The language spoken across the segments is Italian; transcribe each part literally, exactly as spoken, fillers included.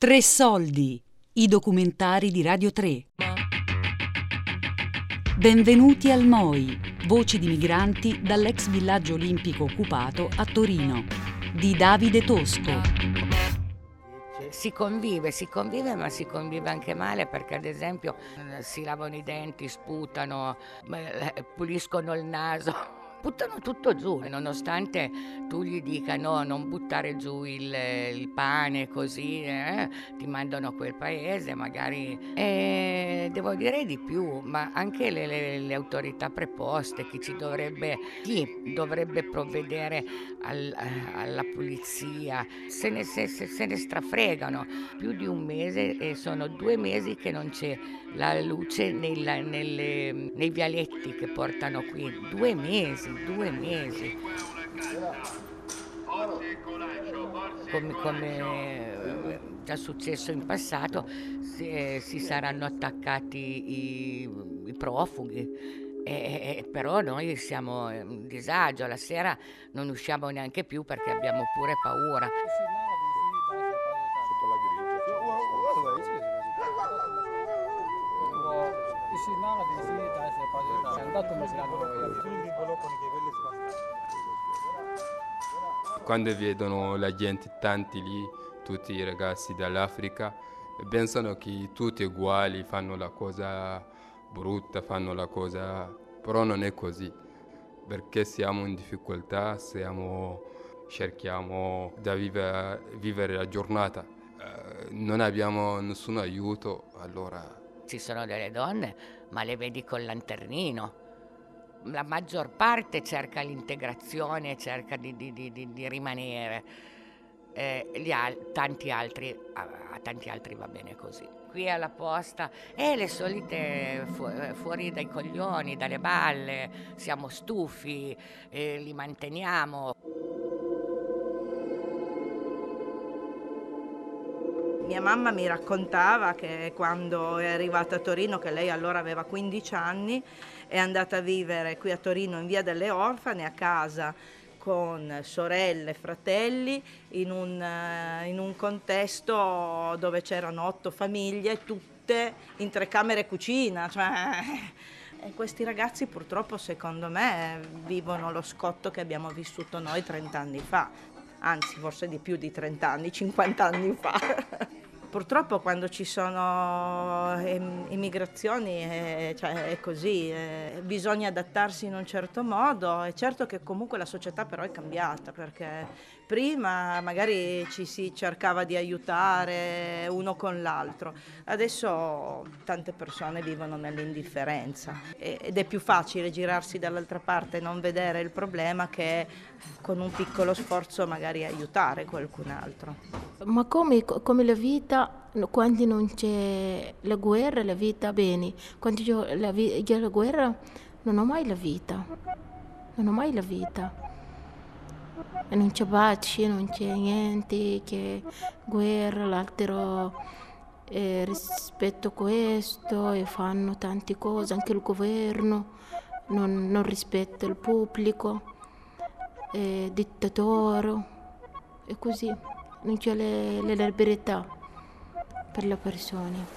Tre soldi, i documentari di Radio tre. Benvenuti al M O I, voci di migranti dall'ex villaggio olimpico occupato a Torino, di Davide Tosco. Si convive, si convive, ma si convive anche male perché, ad esempio, si lavano i denti, sputano, puliscono il naso. Buttano tutto giù, nonostante tu gli dica no, non buttare giù il, il pane così, eh, ti mandano a quel paese magari. E devo dire di più, ma anche le, le, le autorità preposte, chi ci dovrebbe, chi dovrebbe provvedere al, alla pulizia, se ne, se, se, se ne strafregano. Più di un mese e sono due mesi che non c'è la luce nella, nelle, nei vialetti che portano qui. Due mesi, due mesi. Come, come già successo in passato, si, si saranno attaccati i, i profughi. E, e, però noi siamo in disagio, la sera non usciamo neanche più perché abbiamo pure paura. Quando vedono la gente, tanti lì, tutti i ragazzi dall'Africa, pensano che tutti uguali, fanno la cosa brutta, fanno la cosa... però non è così, perché siamo in difficoltà, siamo... cerchiamo di vivere, vivere la giornata, eh, non abbiamo nessun aiuto, allora... Ci sono delle donne, ma le vedi col lanternino. La maggior parte cerca l'integrazione, cerca di, di, di, di rimanere. Eh, gli al- tanti altri, a, a tanti altri va bene così. Qui alla posta, e eh, le solite fu- fuori dai coglioni, dalle balle, siamo stufi, eh, li manteniamo. Mia mamma mi raccontava che quando è arrivata a Torino, che lei allora aveva quindici anni, è andata a vivere qui a Torino in via delle Orfane a casa con sorelle e fratelli in un, in un contesto dove c'erano otto famiglie, tutte in tre camere e cucina. Cioè, e questi ragazzi purtroppo secondo me vivono lo scotto che abbiamo vissuto noi trent'anni fa. Anzi, forse di più di trenta anni, cinquanta anni fa. Purtroppo quando ci sono immigrazioni è, cioè, è così, è, bisogna adattarsi in un certo modo. È certo che comunque la società però è cambiata, perché prima magari ci si cercava di aiutare uno con l'altro, adesso tante persone vivono nell'indifferenza ed è più facile girarsi dall'altra parte e non vedere il problema che con un piccolo sforzo magari aiutare qualcun altro. Ma come, come la vita, quando non c'è la guerra, la vita bene. Quando io la, io la guerra non ho mai la vita, non ho mai la vita. E non c'è pace, non c'è niente, che guerra, l'altro eh, rispetto a questo e fanno tante cose, anche il governo non, non rispetta il pubblico, è dittatore e così. Non c'è le, le libertà per le persone.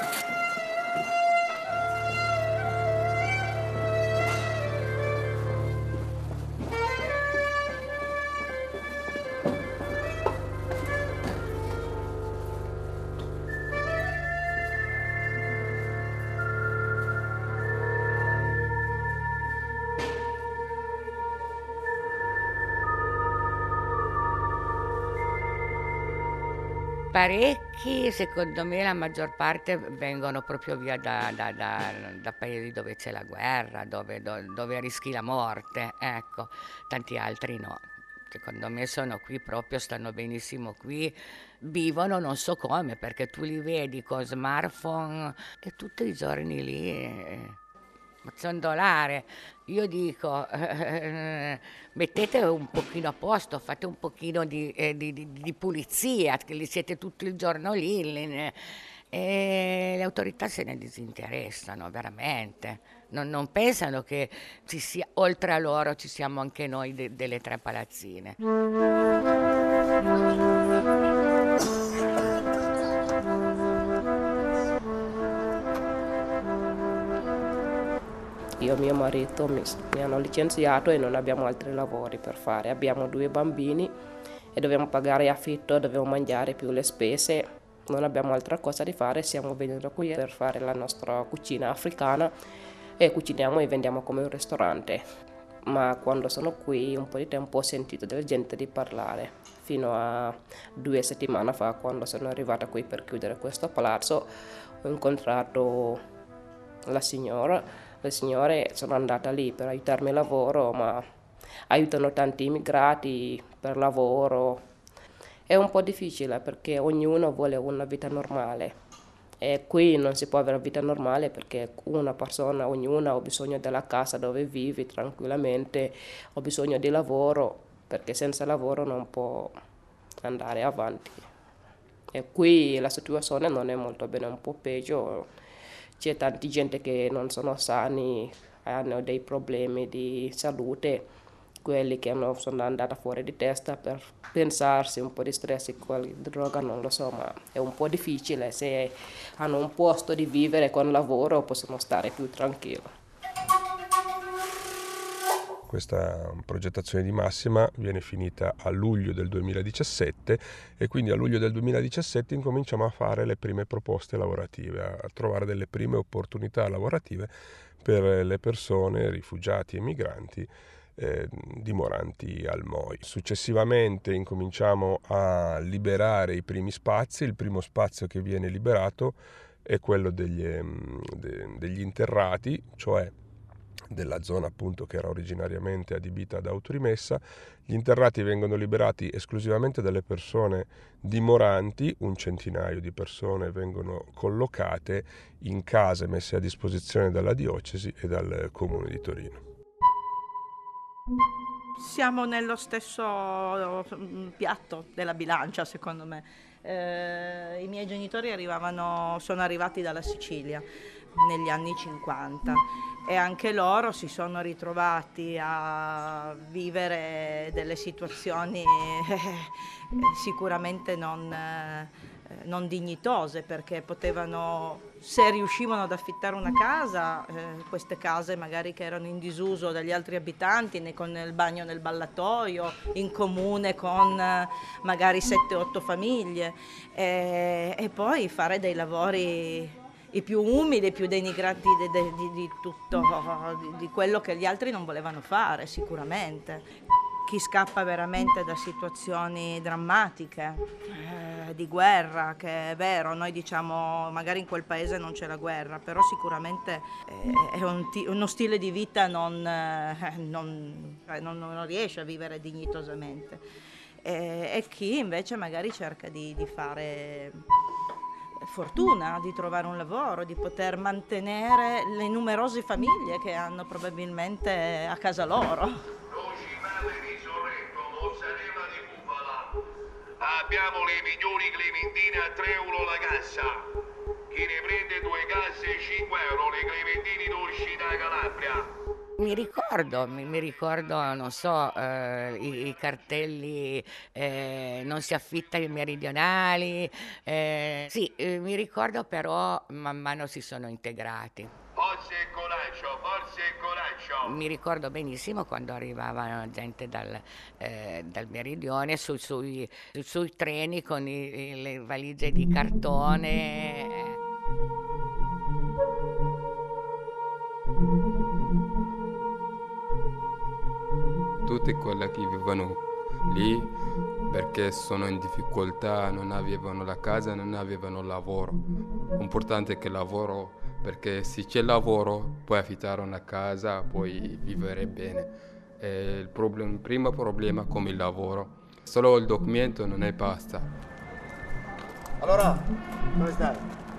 Parecchi, secondo me la maggior parte vengono proprio via da, da, da, da paesi dove c'è la guerra, dove, do, dove rischi la morte, ecco. Tanti altri no. Secondo me sono qui proprio, stanno benissimo qui, vivono non so come, perché tu li vedi con smartphone e tutti i giorni lì eh, ciondolare. Io dico, eh, mettete un pochino a posto, fate un pochino di, eh, di, di, di pulizia, che li siete tutto il giorno lì, li, e le autorità se ne disinteressano veramente. Non, non pensano che ci sia, oltre a loro ci siamo anche noi de, delle tre palazzine. io e mio marito mi, mi hanno licenziato e non abbiamo altri lavori per fare. Abbiamo due bambini e dobbiamo pagare affitto, dobbiamo mangiare più le spese, non abbiamo altra cosa da fare, siamo venuti qui per fare la nostra cucina africana e cuciniamo e vendiamo come un ristorante. Ma quando sono qui un po' di tempo ho sentito della gente di parlare, fino a due settimane fa quando sono arrivata qui per chiudere questo palazzo ho incontrato la signora, le signore sono andata lì per aiutarmi al lavoro, ma aiutano tanti immigrati per lavoro. È un po' difficile perché ognuno vuole una vita normale e qui non si può avere una vita normale perché una persona, ognuna ha bisogno della casa dove vivi tranquillamente, ha bisogno di lavoro perché senza lavoro non può andare avanti. E qui la situazione non è molto bene, è un po' peggio, c'è tanta gente che non sono sani, hanno dei problemi di salute, quelli che hanno, sono andati fuori di testa per pensarsi un po' di stress e qualche droga, non lo so, ma è un po' difficile, se hanno un posto di vivere con lavoro possono stare più tranquilli. Questa progettazione di Massima viene finita a luglio del duemiladiciassette e quindi a luglio del duemiladiciassette incominciamo a fare le prime proposte lavorative, a trovare delle prime opportunità lavorative per le persone, rifugiati e migranti eh, dimoranti al M O I. Successivamente incominciamo a liberare i primi spazi. Il primo spazio che viene liberato è quello degli, de, degli interrati, cioè della zona appunto che era originariamente adibita ad autorimessa. Gli interrati vengono liberati esclusivamente dalle persone dimoranti, un centinaio di persone vengono collocate in case messe a disposizione dalla diocesi e dal comune di Torino. Siamo nello stesso piatto della bilancia, secondo me. Eh, I miei genitori arrivavano, sono arrivati dalla Sicilia negli anni cinquanta e anche loro si sono ritrovati a vivere delle situazioni eh, sicuramente non, eh, non dignitose, perché potevano, se riuscivano ad affittare una casa, eh, queste case magari che erano in disuso dagli altri abitanti, né con il bagno nel ballatoio, in comune con eh, magari sette otto famiglie, e, e poi fare dei lavori i più umili, i più denigranti di, di, di, di tutto, di, di quello che gli altri non volevano fare sicuramente. Chi scappa veramente da situazioni drammatiche, eh, di guerra, che è vero, noi diciamo magari in quel paese non c'è la guerra, però sicuramente eh, è un t- uno stile di vita non, eh, non, non, non riesce a vivere dignitosamente. E, e chi invece magari cerca di, di fare fortuna, di trovare un lavoro, di poter mantenere le numerose famiglie che hanno probabilmente a casa loro. Mozzarella di bufala, abbiamo le migliori clementine a tre euro la cassa. Chi ne prende due casse cinque euro, le clementine dolci da Calabria. Mi ricordo, mi, mi ricordo, non so, eh, i, i cartelli eh, non si affitta ai meridionali, eh, sì, eh, mi ricordo, però man mano si sono integrati. Forza e coraggio, forza e coraggio. Mi ricordo benissimo quando arrivava gente dal, eh, dal meridione su, sui, su, sui treni con i, le valigie di cartone. Tutti quelli che vivono lì perché sono in difficoltà, non avevano la casa, non avevano lavoro. L'importante è che lavoro, perché se c'è lavoro puoi affittare una casa, puoi vivere bene. E il, problem- il primo problema è come il lavoro, solo il documento non è basta. Allora, come stai?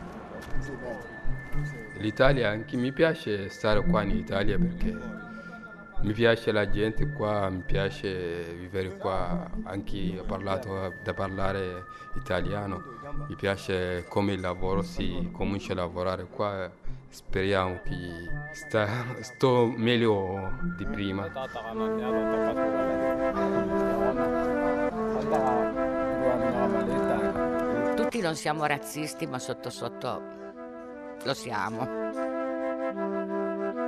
L'Italia, anche mi piace stare qua in Italia perché mi piace la gente qua, mi piace vivere qua, anche ho parlato da parlare italiano, mi piace come il lavoro si comincia a lavorare qua, speriamo che sta, sto meglio di prima. Tutti non siamo razzisti, ma sotto sotto lo siamo.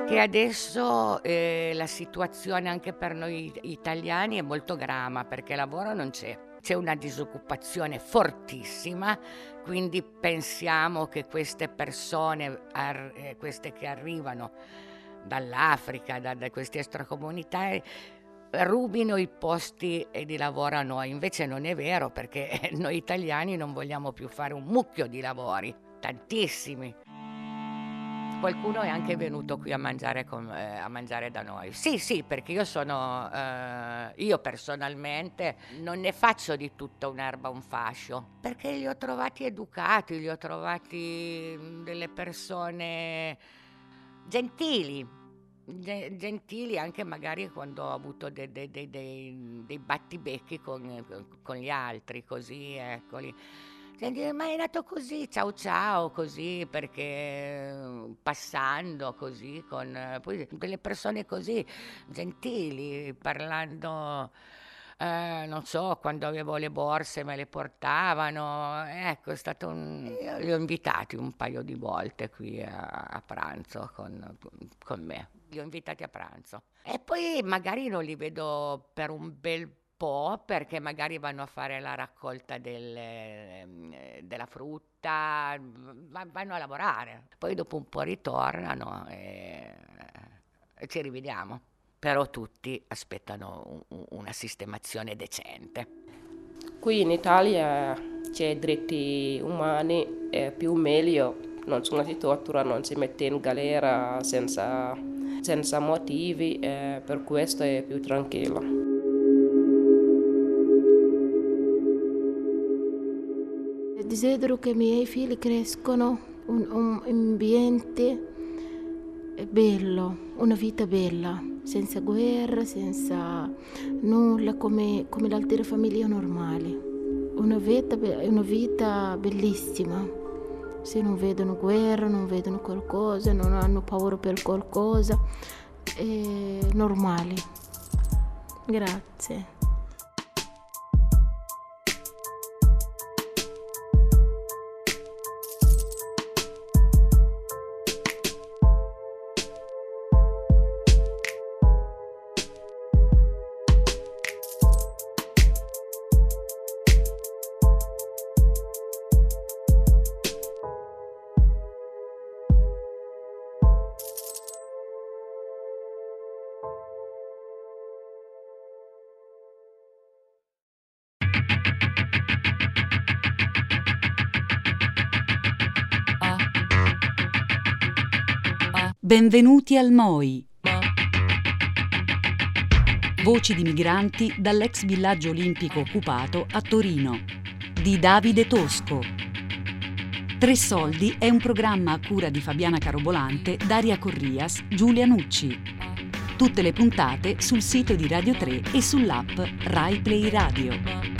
Che adesso eh, la situazione anche per noi italiani è molto grama, perché lavoro non c'è. C'è una disoccupazione fortissima, quindi pensiamo che queste persone, ar- queste che arrivano dall'Africa, da, da questi extracomunitari, rubino i posti di lavoro a noi. Invece non è vero, perché noi italiani non vogliamo più fare un mucchio di lavori, tantissimi. Qualcuno è anche venuto qui a mangiare, con, eh, a mangiare da noi. Sì, sì, perché io sono, eh, io personalmente non ne faccio di tutta un'erba un fascio, perché li ho trovati educati, li ho trovati delle persone gentili, ge- gentili anche magari quando ho avuto dei, dei, dei, dei, dei battibecchi con, con gli altri, così, eccoli. Ma è nato così, ciao ciao, così, perché passando così, con poi delle persone così gentili, parlando, eh, non so, quando avevo le borse me le portavano, ecco, è stato un... Io li ho invitati un paio di volte qui a, a pranzo con, con me, li ho invitati a pranzo. E poi magari non li vedo per un bel po', po' perché magari vanno a fare la raccolta del, della frutta, vanno a lavorare, poi dopo un po' ritornano e, e ci rivediamo. Però tutti aspettano un, una sistemazione decente. Qui in Italia c'è diritti umani, è più meglio, non sono si tortura, non si mette in galera senza, senza motivi, eh, per questo è più tranquillo. Desidero che i miei figli crescano in un, un ambiente bello, una vita bella, senza guerra, senza nulla, come, come le altre famiglie normali. Una vita, una vita bellissima. Se non vedono guerra, non vedono qualcosa, non hanno paura per qualcosa, è normale. Grazie. Benvenuti al M O I. Voci di migranti dall'ex villaggio olimpico occupato a Torino, di Davide Tosco. Tre Soldi è un programma a cura di Fabiana Carobolante, Daria Corrias, Giulia Nucci. Tutte le puntate sul sito di Radio tre e sull'app Rai Play Radio.